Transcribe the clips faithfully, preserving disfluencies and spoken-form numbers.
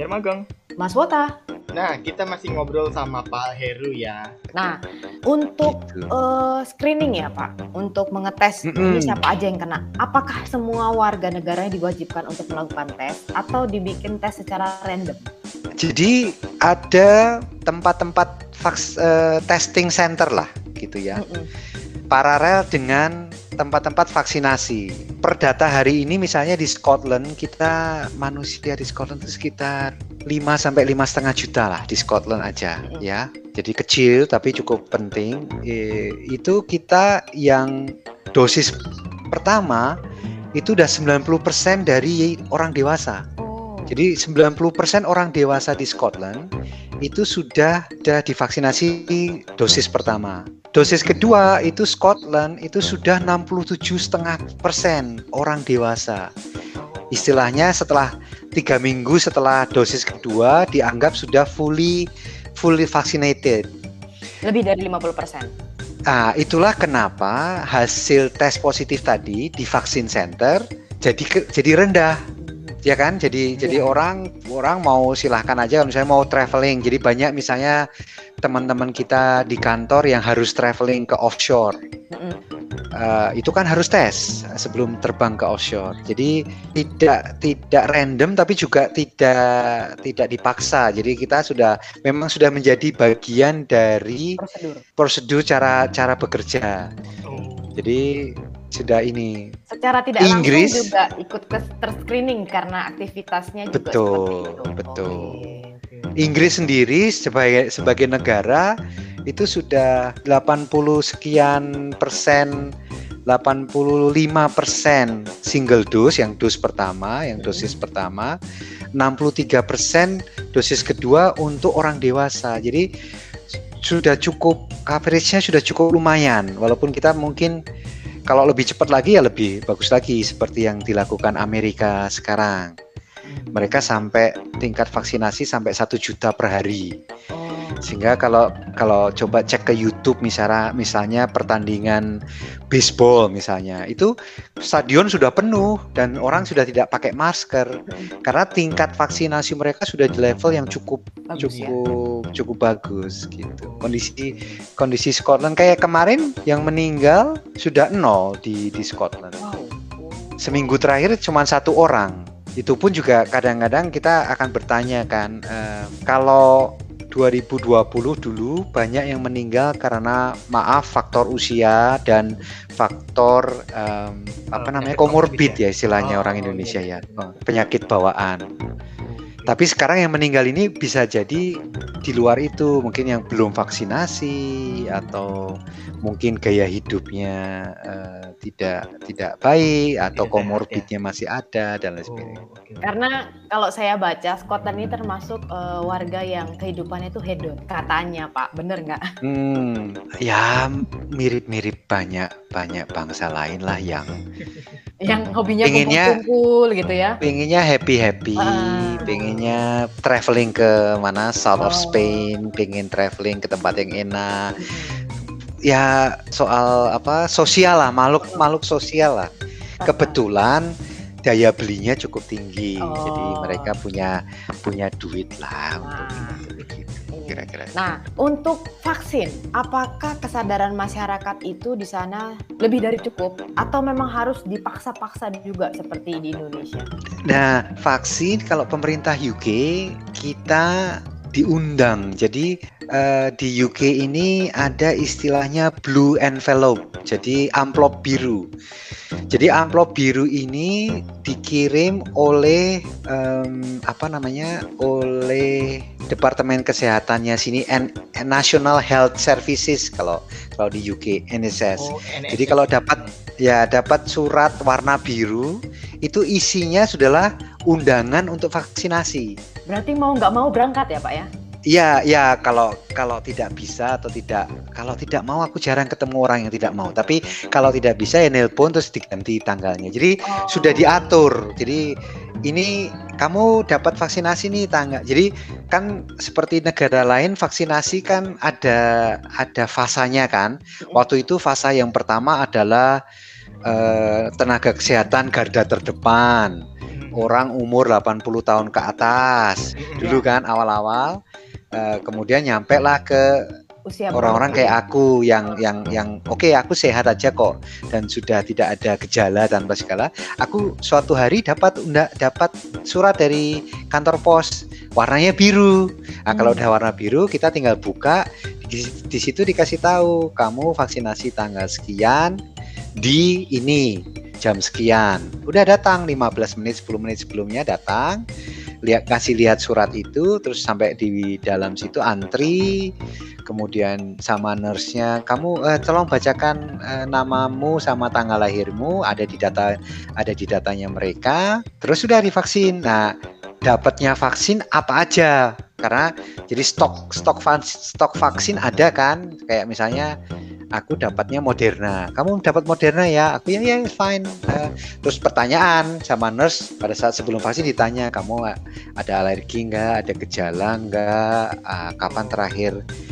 Senior Magang. Mas Wota. Nah, kita masih ngobrol sama Pak Heru ya. Nah, untuk Gitu. uh, screening ya Pak, untuk mengetes Mm-mm. ini siapa aja yang kena. Apakah semua warga negaranya diwajibkan untuk melakukan tes atau dibikin tes secara random? Jadi ada tempat-tempat vaks, uh, testing center lah gitu ya. Mm-mm. Paralel dengan tempat-tempat vaksinasi. Per data hari ini misalnya di Scotland, kita manusia di Scotland itu sekitar lima sampai lima koma lima juta lah di Scotland aja Mm-mm. ya. Jadi kecil tapi cukup penting. E, itu kita yang dosis pertama itu udah sembilan puluh persen dari orang dewasa. Oh. Jadi sembilan puluh persen orang dewasa di Scotland itu sudah sudah divaksinasi dosis pertama. Dosis kedua itu Scotland itu sudah enam puluh tujuh koma lima persen orang dewasa. Istilahnya setelah tiga minggu setelah dosis kedua dianggap sudah fully fully vaccinated. Lebih dari lima puluh persen. Nah, itulah kenapa hasil tes positif tadi di vaksin center jadi jadi rendah. Ya kan, jadi Ya. jadi orang orang mau silahkan aja kalau misalnya mau traveling. Jadi banyak misalnya teman-teman kita di kantor yang harus traveling ke offshore. Mm-mm. Uh, itu kan harus tes sebelum terbang ke offshore. Jadi tidak tidak random tapi juga tidak tidak dipaksa. Jadi kita sudah memang sudah menjadi bagian dari Prosedur. prosedur cara cara bekerja. Oh. Jadi sudah ini. Secara tidak Inggris. langsung juga ikut ke terscreening karena aktivitasnya juga Betul, seperti itu. betul. Oke. Inggris sendiri sebagai sebagai negara itu sudah delapan puluh sekian persen, delapan puluh lima persen single dose yang dosis pertama, yang dosis pertama, enam puluh tiga persen dosis kedua untuk orang dewasa. Jadi sudah cukup, coveragenya sudah cukup lumayan, walaupun kita mungkin kalau lebih cepat lagi ya lebih bagus lagi seperti yang dilakukan Amerika sekarang. Mereka sampai tingkat vaksinasi sampai satu juta per hari. Oh. Sehingga kalau kalau coba cek ke YouTube misalnya misalnya pertandingan baseball misalnya, itu stadion sudah penuh dan orang sudah tidak pakai masker karena tingkat vaksinasi mereka sudah di level yang cukup Bagus, cukup cukup bagus gitu. Kondisi kondisi Scotland kayak kemarin yang meninggal sudah nol di di Scotland. Wow. Seminggu terakhir cuma satu orang. Itu pun juga kadang-kadang kita akan bertanya kan, eh, kalau dua ribu dua puluh dulu banyak yang meninggal karena maaf faktor usia dan faktor um, apa namanya komorbid ya istilahnya Oh, orang Indonesia iya. ya, penyakit bawaan. Tapi sekarang yang meninggal ini bisa jadi di luar itu, mungkin yang belum vaksinasi atau mungkin gaya hidupnya uh, tidak tidak baik atau Tidak sehat, komorbidnya masih ada dan lain sebagainya. Oh, oke. Karena kalau saya baca Scotland ini termasuk uh, warga yang kehidupannya itu hedon katanya Pak, bener nggak? Hmm, ya mirip-mirip banyak banyak bangsa lain lah yang Yang hobinya Pengennya- kumpul-kumpul gitu ya? pengennya happy-happy, Ah. pengennya traveling ke mana South of Oh. Spain, pengen traveling ke tempat yang enak. Ya soal apa sosial lah, makhluk makhluk sosial lah. Kebetulan daya belinya cukup tinggi, Oh. jadi mereka punya punya duit lah untuk Nah. itu begitu kira-kira. Nah, untuk vaksin, apakah kesadaran masyarakat itu di sana lebih dari cukup atau memang harus dipaksa-paksa juga seperti di Indonesia? Nah, vaksin kalau pemerintah U K kita diundang. Jadi eh, di U K ini ada istilahnya blue envelope. Jadi amplop biru. Jadi amplop biru ini dikirim oleh em, apa namanya? Oleh Departemen Kesehatannya sini N- National Health Services kalau kalau di U K N H S. Oh, N H S. Jadi kalau dapat ya dapat surat warna biru itu isinya sudahlah undangan untuk vaksinasi. Berarti mau nggak mau berangkat ya Pak ya? Iya, ya kalau kalau tidak bisa atau tidak kalau tidak mau aku jarang ketemu orang yang tidak mau. Tapi kalau tidak bisa ya nelpon terus diganti tanggalnya. Jadi Oh. sudah diatur. Jadi ini kamu dapat vaksinasi nih tanggal. Jadi kan seperti negara lain vaksinasi kan ada ada fasanya kan. Waktu itu fasa yang pertama adalah eh, tenaga kesehatan garda terdepan. orang umur delapan puluh tahun ke atas. Dulu kan awal-awal, uh, kemudian nyampe lah ke Usia orang-orang produktif. kayak aku yang yang yang oke okay, aku sehat aja kok dan sudah tidak ada gejala tanpa segala. Aku suatu hari dapat unda, dapat surat dari kantor pos warnanya biru. Nah, Hmm. kalau udah warna biru kita tinggal buka di, di situ dikasih tahu kamu vaksinasi tanggal sekian di ini jam sekian. Udah datang lima belas menit sepuluh menit sebelumnya datang. Lihat kasih lihat surat itu terus sampai di dalam situ antri, kemudian sama nurse-nya kamu eh, tolong bacakan eh, namamu sama tanggal lahirmu, ada di data ada di datanya mereka, terus sudah divaksin. Nah, dapatnya vaksin apa aja, karena jadi stok stok stok vaksin ada kan, kayak misalnya aku dapatnya Moderna, kamu dapat Moderna ya, aku ya ya fine. Uh, terus pertanyaan sama nurse pada saat sebelum vaksin ditanya, kamu ada alergi nggak, ada gejala nggak, uh, kapan terakhir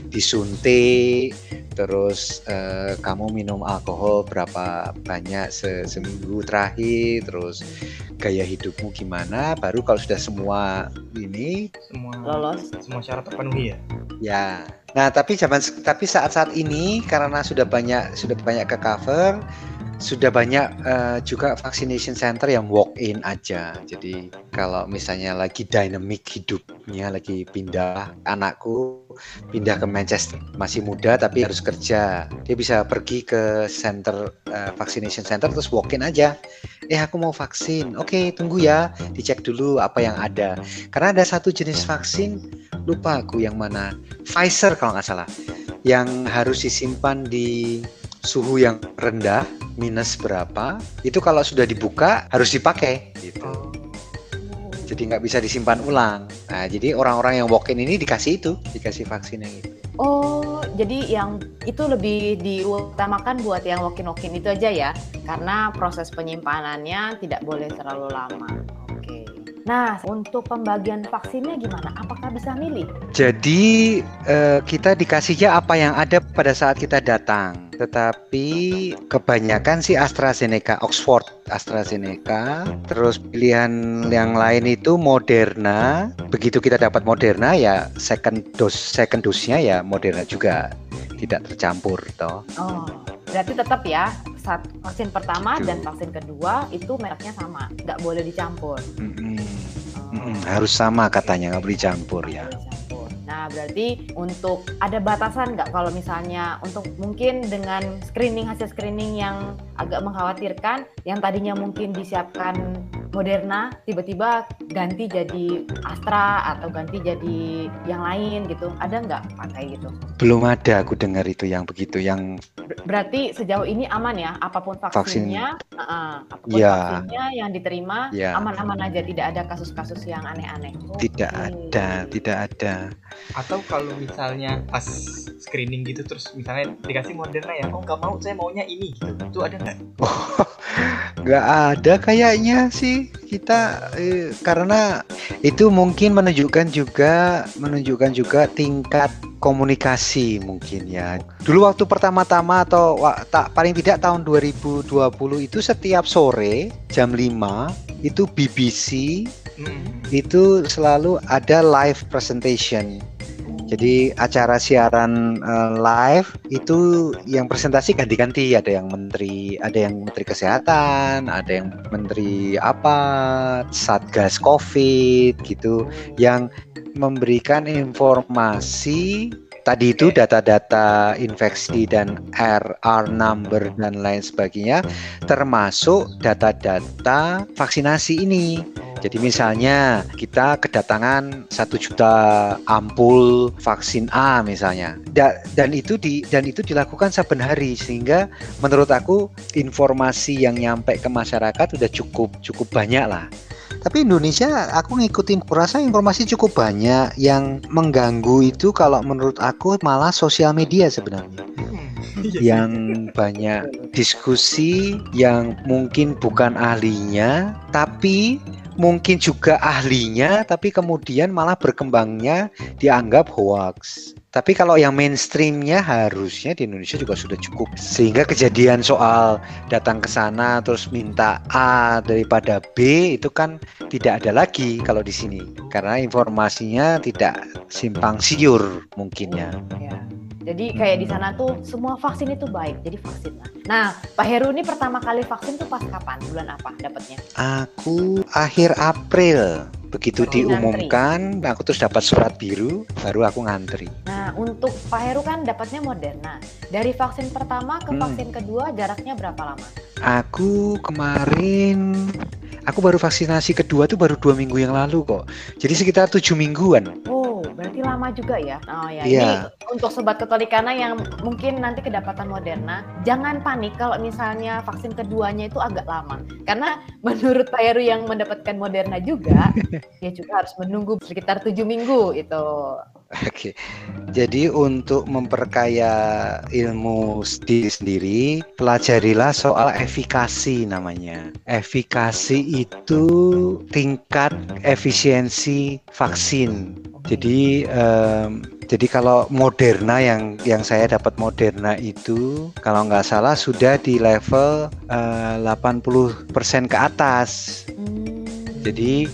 disuntik, terus uh, kamu minum alkohol berapa banyak se seminggu terakhir, terus gaya hidupmu gimana. Baru kalau sudah semua ini Semua Lolos. semua syarat terpenuhi ya. ya. Nah, tapi zaman tapi saat-saat ini karena sudah banyak sudah banyak ke cover, sudah banyak uh, juga vaccination center yang walk in aja. Jadi kalau misalnya lagi dynamic hidupnya, lagi pindah, anakku pindah ke Manchester, masih muda tapi harus kerja, dia bisa pergi ke center uh, vaccination center terus walk in aja. Eh aku mau vaksin, oke tunggu ya, dicek dulu apa yang ada. Karena ada satu jenis vaksin, lupa aku yang mana, Pfizer kalau nggak salah, yang harus disimpan di suhu yang rendah, minus berapa, itu kalau sudah dibuka harus dipakai gitu. Oh. Jadi nggak bisa disimpan ulang. Nah, jadi orang-orang yang walk-in ini dikasih itu, dikasih vaksin yang itu. Oh, jadi yang itu lebih diutamakan buat yang walk-in-walk-in itu aja ya, karena proses penyimpanannya tidak boleh terlalu lama. Oke. Nah, untuk pembagian vaksinnya gimana? Apakah bisa milih? Jadi eh, kita dikasihnya apa yang ada pada saat kita datang. Tetapi kebanyakan sih AstraZeneca, Oxford AstraZeneca. Terus pilihan yang lain itu Moderna. Begitu kita dapat Moderna ya second dose, second dose-nya ya Moderna juga, tidak tercampur toh. Oh, berarti tetap ya, saat vaksin pertama Gitu. dan vaksin kedua itu mereknya sama, nggak boleh dicampur. Mm-mm. Oh. Mm-mm, harus sama katanya, nggak boleh dicampur ya. Boleh dicampur. Nah, berarti untuk ada batasan nggak kalau misalnya untuk mungkin dengan screening hasil screening yang agak mengkhawatirkan, yang tadinya mungkin disiapkan Moderna tiba-tiba ganti jadi Astra atau ganti jadi yang lain gitu, ada nggak pakai gitu? Belum ada aku dengar itu yang begitu, yang Ber- Berarti sejauh ini aman ya, apapun vaksinnya, uh, apapun Ya. vaksinnya yang diterima Ya. aman-aman aja, tidak ada kasus-kasus yang aneh-aneh. tidak Oke. ada, tidak ada. Atau kalau misalnya pas screening gitu terus misalnya dikasih Moderna ya, oh nggak mau, saya maunya ini gitu, itu ada nggak? Nggak ada kayaknya sih kita eh, karena itu mungkin menunjukkan juga menunjukkan juga tingkat komunikasi mungkin ya. Dulu waktu pertama-tama atau wa- tak paling tidak tahun dua ribu dua puluh itu setiap sore jam lima itu B B C Hmm. itu selalu ada live presentation. Jadi acara siaran uh, live itu yang presentasi ganti-ganti, ada yang menteri, ada yang menteri kesehatan, ada yang menteri apa, Satgas Covid gitu, yang memberikan informasi tadi itu data-data infeksi dan R R number dan lain sebagainya, termasuk data-data vaksinasi ini. Jadi misalnya kita kedatangan satu juta ampul vaksin A misalnya, da, dan itu di dan itu dilakukan saben hari, sehingga menurut aku informasi yang nyampe ke masyarakat udah cukup cukup banyak lah. Tapi Indonesia aku ngikutin, kurasa informasi cukup banyak. Yang mengganggu itu kalau menurut aku malah sosial media sebenarnya. Yang banyak diskusi yang mungkin bukan ahlinya, tapi mungkin juga ahlinya, tapi kemudian malah berkembangnya dianggap hoax. Tapi kalau yang mainstreamnya harusnya di Indonesia juga sudah cukup. Sehingga kejadian soal datang ke sana terus minta A daripada B itu kan tidak ada lagi kalau di sini. Karena informasinya tidak simpang siur mungkinnya. Ya. Jadi kayak di sana tuh semua vaksin itu baik, jadi vaksin lah. Nah, Pak Heru ini pertama kali vaksin tuh pas kapan? Bulan apa dapatnya? Aku akhir April. Begitu Berarti diumumkan, aku terus dapat surat biru, baru aku ngantri. Nah, untuk Pak Heru kan dapatnya Moderna. Dari vaksin pertama ke Hmm. vaksin kedua jaraknya berapa lama? Aku kemarin, aku baru vaksinasi kedua tuh baru dua minggu yang lalu kok. Jadi sekitar tujuh mingguan. Oh, berarti lama juga ya. Oh ya, Iya. ini untuk sobat Katolikana yang mungkin nanti kedapatan Moderna, jangan panik kalau misalnya vaksin keduanya itu agak lama. Karena menurut Pak Heru yang mendapatkan Moderna juga, dia juga harus menunggu sekitar tujuh minggu itu. Oke, jadi untuk memperkaya ilmu diri sendiri, pelajarilah soal efikasi namanya. Efikasi itu tingkat efisiensi vaksin. Jadi, em, jadi kalau Moderna yang yang saya dapat Moderna itu, kalau nggak salah sudah di level eh, delapan puluh persen ke atas. Hmm, Jadi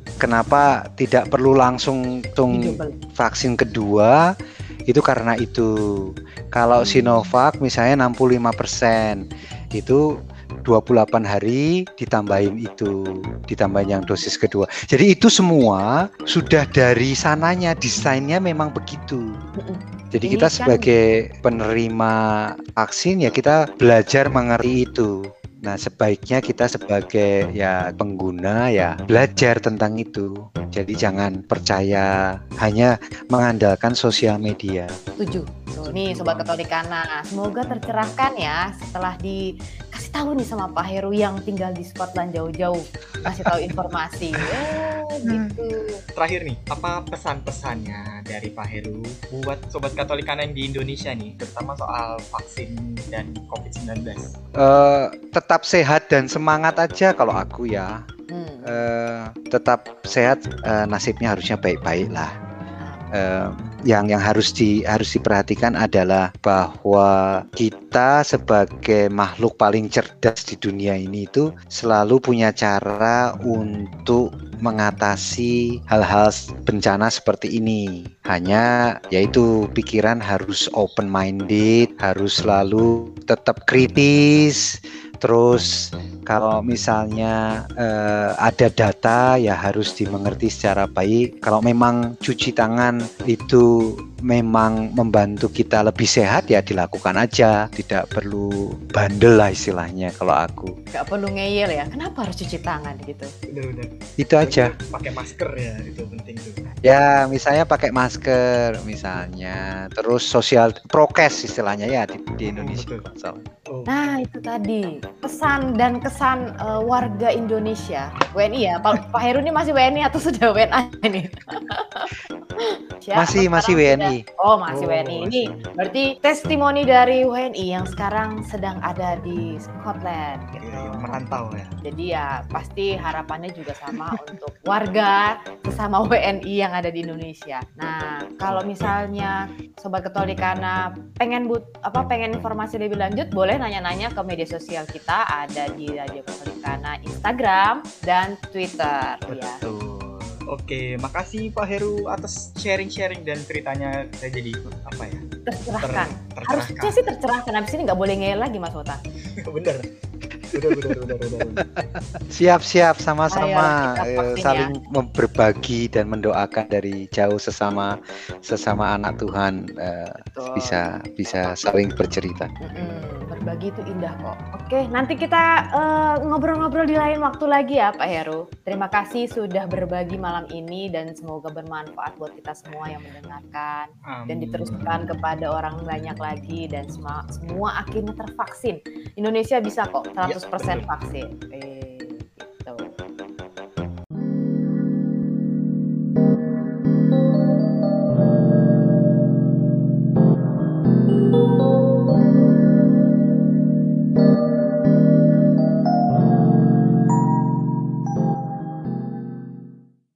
kenapa tidak perlu langsung langsung double. vaksin kedua itu karena itu. Kalau Sinovac misalnya enam puluh lima persen itu dua puluh delapan hari ditambahin itu, ditambahin yang dosis kedua. Jadi itu semua sudah dari sananya, desainnya memang begitu. Jadi Ini kita kan- sebagai penerima vaksin ya kita belajar mengerti itu. Nah, sebaiknya kita sebagai ya pengguna ya belajar tentang itu. Jadi jangan percaya hanya mengandalkan sosial media. Setuju. Tuh, nih Sobat Katolikana, semoga tercerahkan ya setelah dikasih tahu nih sama Pak Heru yang tinggal di Scotland jauh-jauh. Kasih tahu informasi. Eh, gitu. Terakhir nih, apa pesan-pesannya dari Pak Heru buat Sobat Katolikana yang di Indonesia nih, terutama soal vaksin dan covid sembilan belas? Eh, tetap sehat dan semangat aja kalau aku ya. Hmm. Eh, tetap sehat, eh, nasibnya harusnya baik-baik lah. Eh, yang yang harus di harus diperhatikan adalah bahwa kita sebagai makhluk paling cerdas di dunia ini itu selalu punya cara untuk mengatasi hal-hal bencana seperti ini. Hanya yaitu pikiran harus open minded, harus selalu tetap kritis. Terus kalau misalnya eh, ada data ya harus dimengerti secara baik. Kalau memang cuci tangan itu memang membantu kita lebih sehat ya dilakukan aja. Tidak perlu bandel lah istilahnya kalau aku. Gak perlu ngeyel ya. Kenapa harus cuci tangan gitu? Bener-bener. Itu aja. Pakai masker ya, itu penting tuh. Ya misalnya pakai masker misalnya. Terus sosial prokes istilahnya ya di, di Indonesia. Betul. Oh. Nah, itu tadi pesan dan kesan eh, warga Indonesia. W N I ya. Pak Pak Heru ini masih W N I atau sudah W N A ini? Siapa Masih masih W sekarang N I. sudah- Oh, masih Oh, W N I. Ini masih. berarti testimoni dari W N I yang sekarang sedang ada di Scotland gitu. Iya, iya, merantau ya. Jadi ya pasti harapannya juga sama untuk warga sesama W N I yang ada di Indonesia. Nah, kalau misalnya Sobat Katolikana pengen but apa pengen informasi lebih lanjut, boleh nanya-nanya ke media sosial kita, ada di Radio Katolikana Instagram dan Twitter ya. Betul. Oke, makasih Pak Heru atas sharing-sharing dan ceritanya. Saya jadi apa ya? Tercerahkan. Ter- Harusnya tercerahkan. sih tercerahkan. Habis ini nggak boleh ngeyel lagi Mas Wota. Bener. Bener, bener, bener, bener, bener. Siap-siap sama-sama. Ayo, kita Eh, vaksin saling mem- berbagi dan mendoakan dari jauh sesama sesama anak Tuhan, eh, Betul. bisa bisa saling bercerita. Mm-mm, berbagi itu indah kok. Oke, nanti kita eh, ngobrol-ngobrol di lain waktu lagi ya Pak Heru. Terima kasih sudah berbagi malam ini dan semoga bermanfaat buat kita semua yang mendengarkan dan Amin. diteruskan kepada orang banyak lagi dan semua, semua akhirnya tervaksin. Indonesia bisa kok seratus persen betul. vaksin. Eh,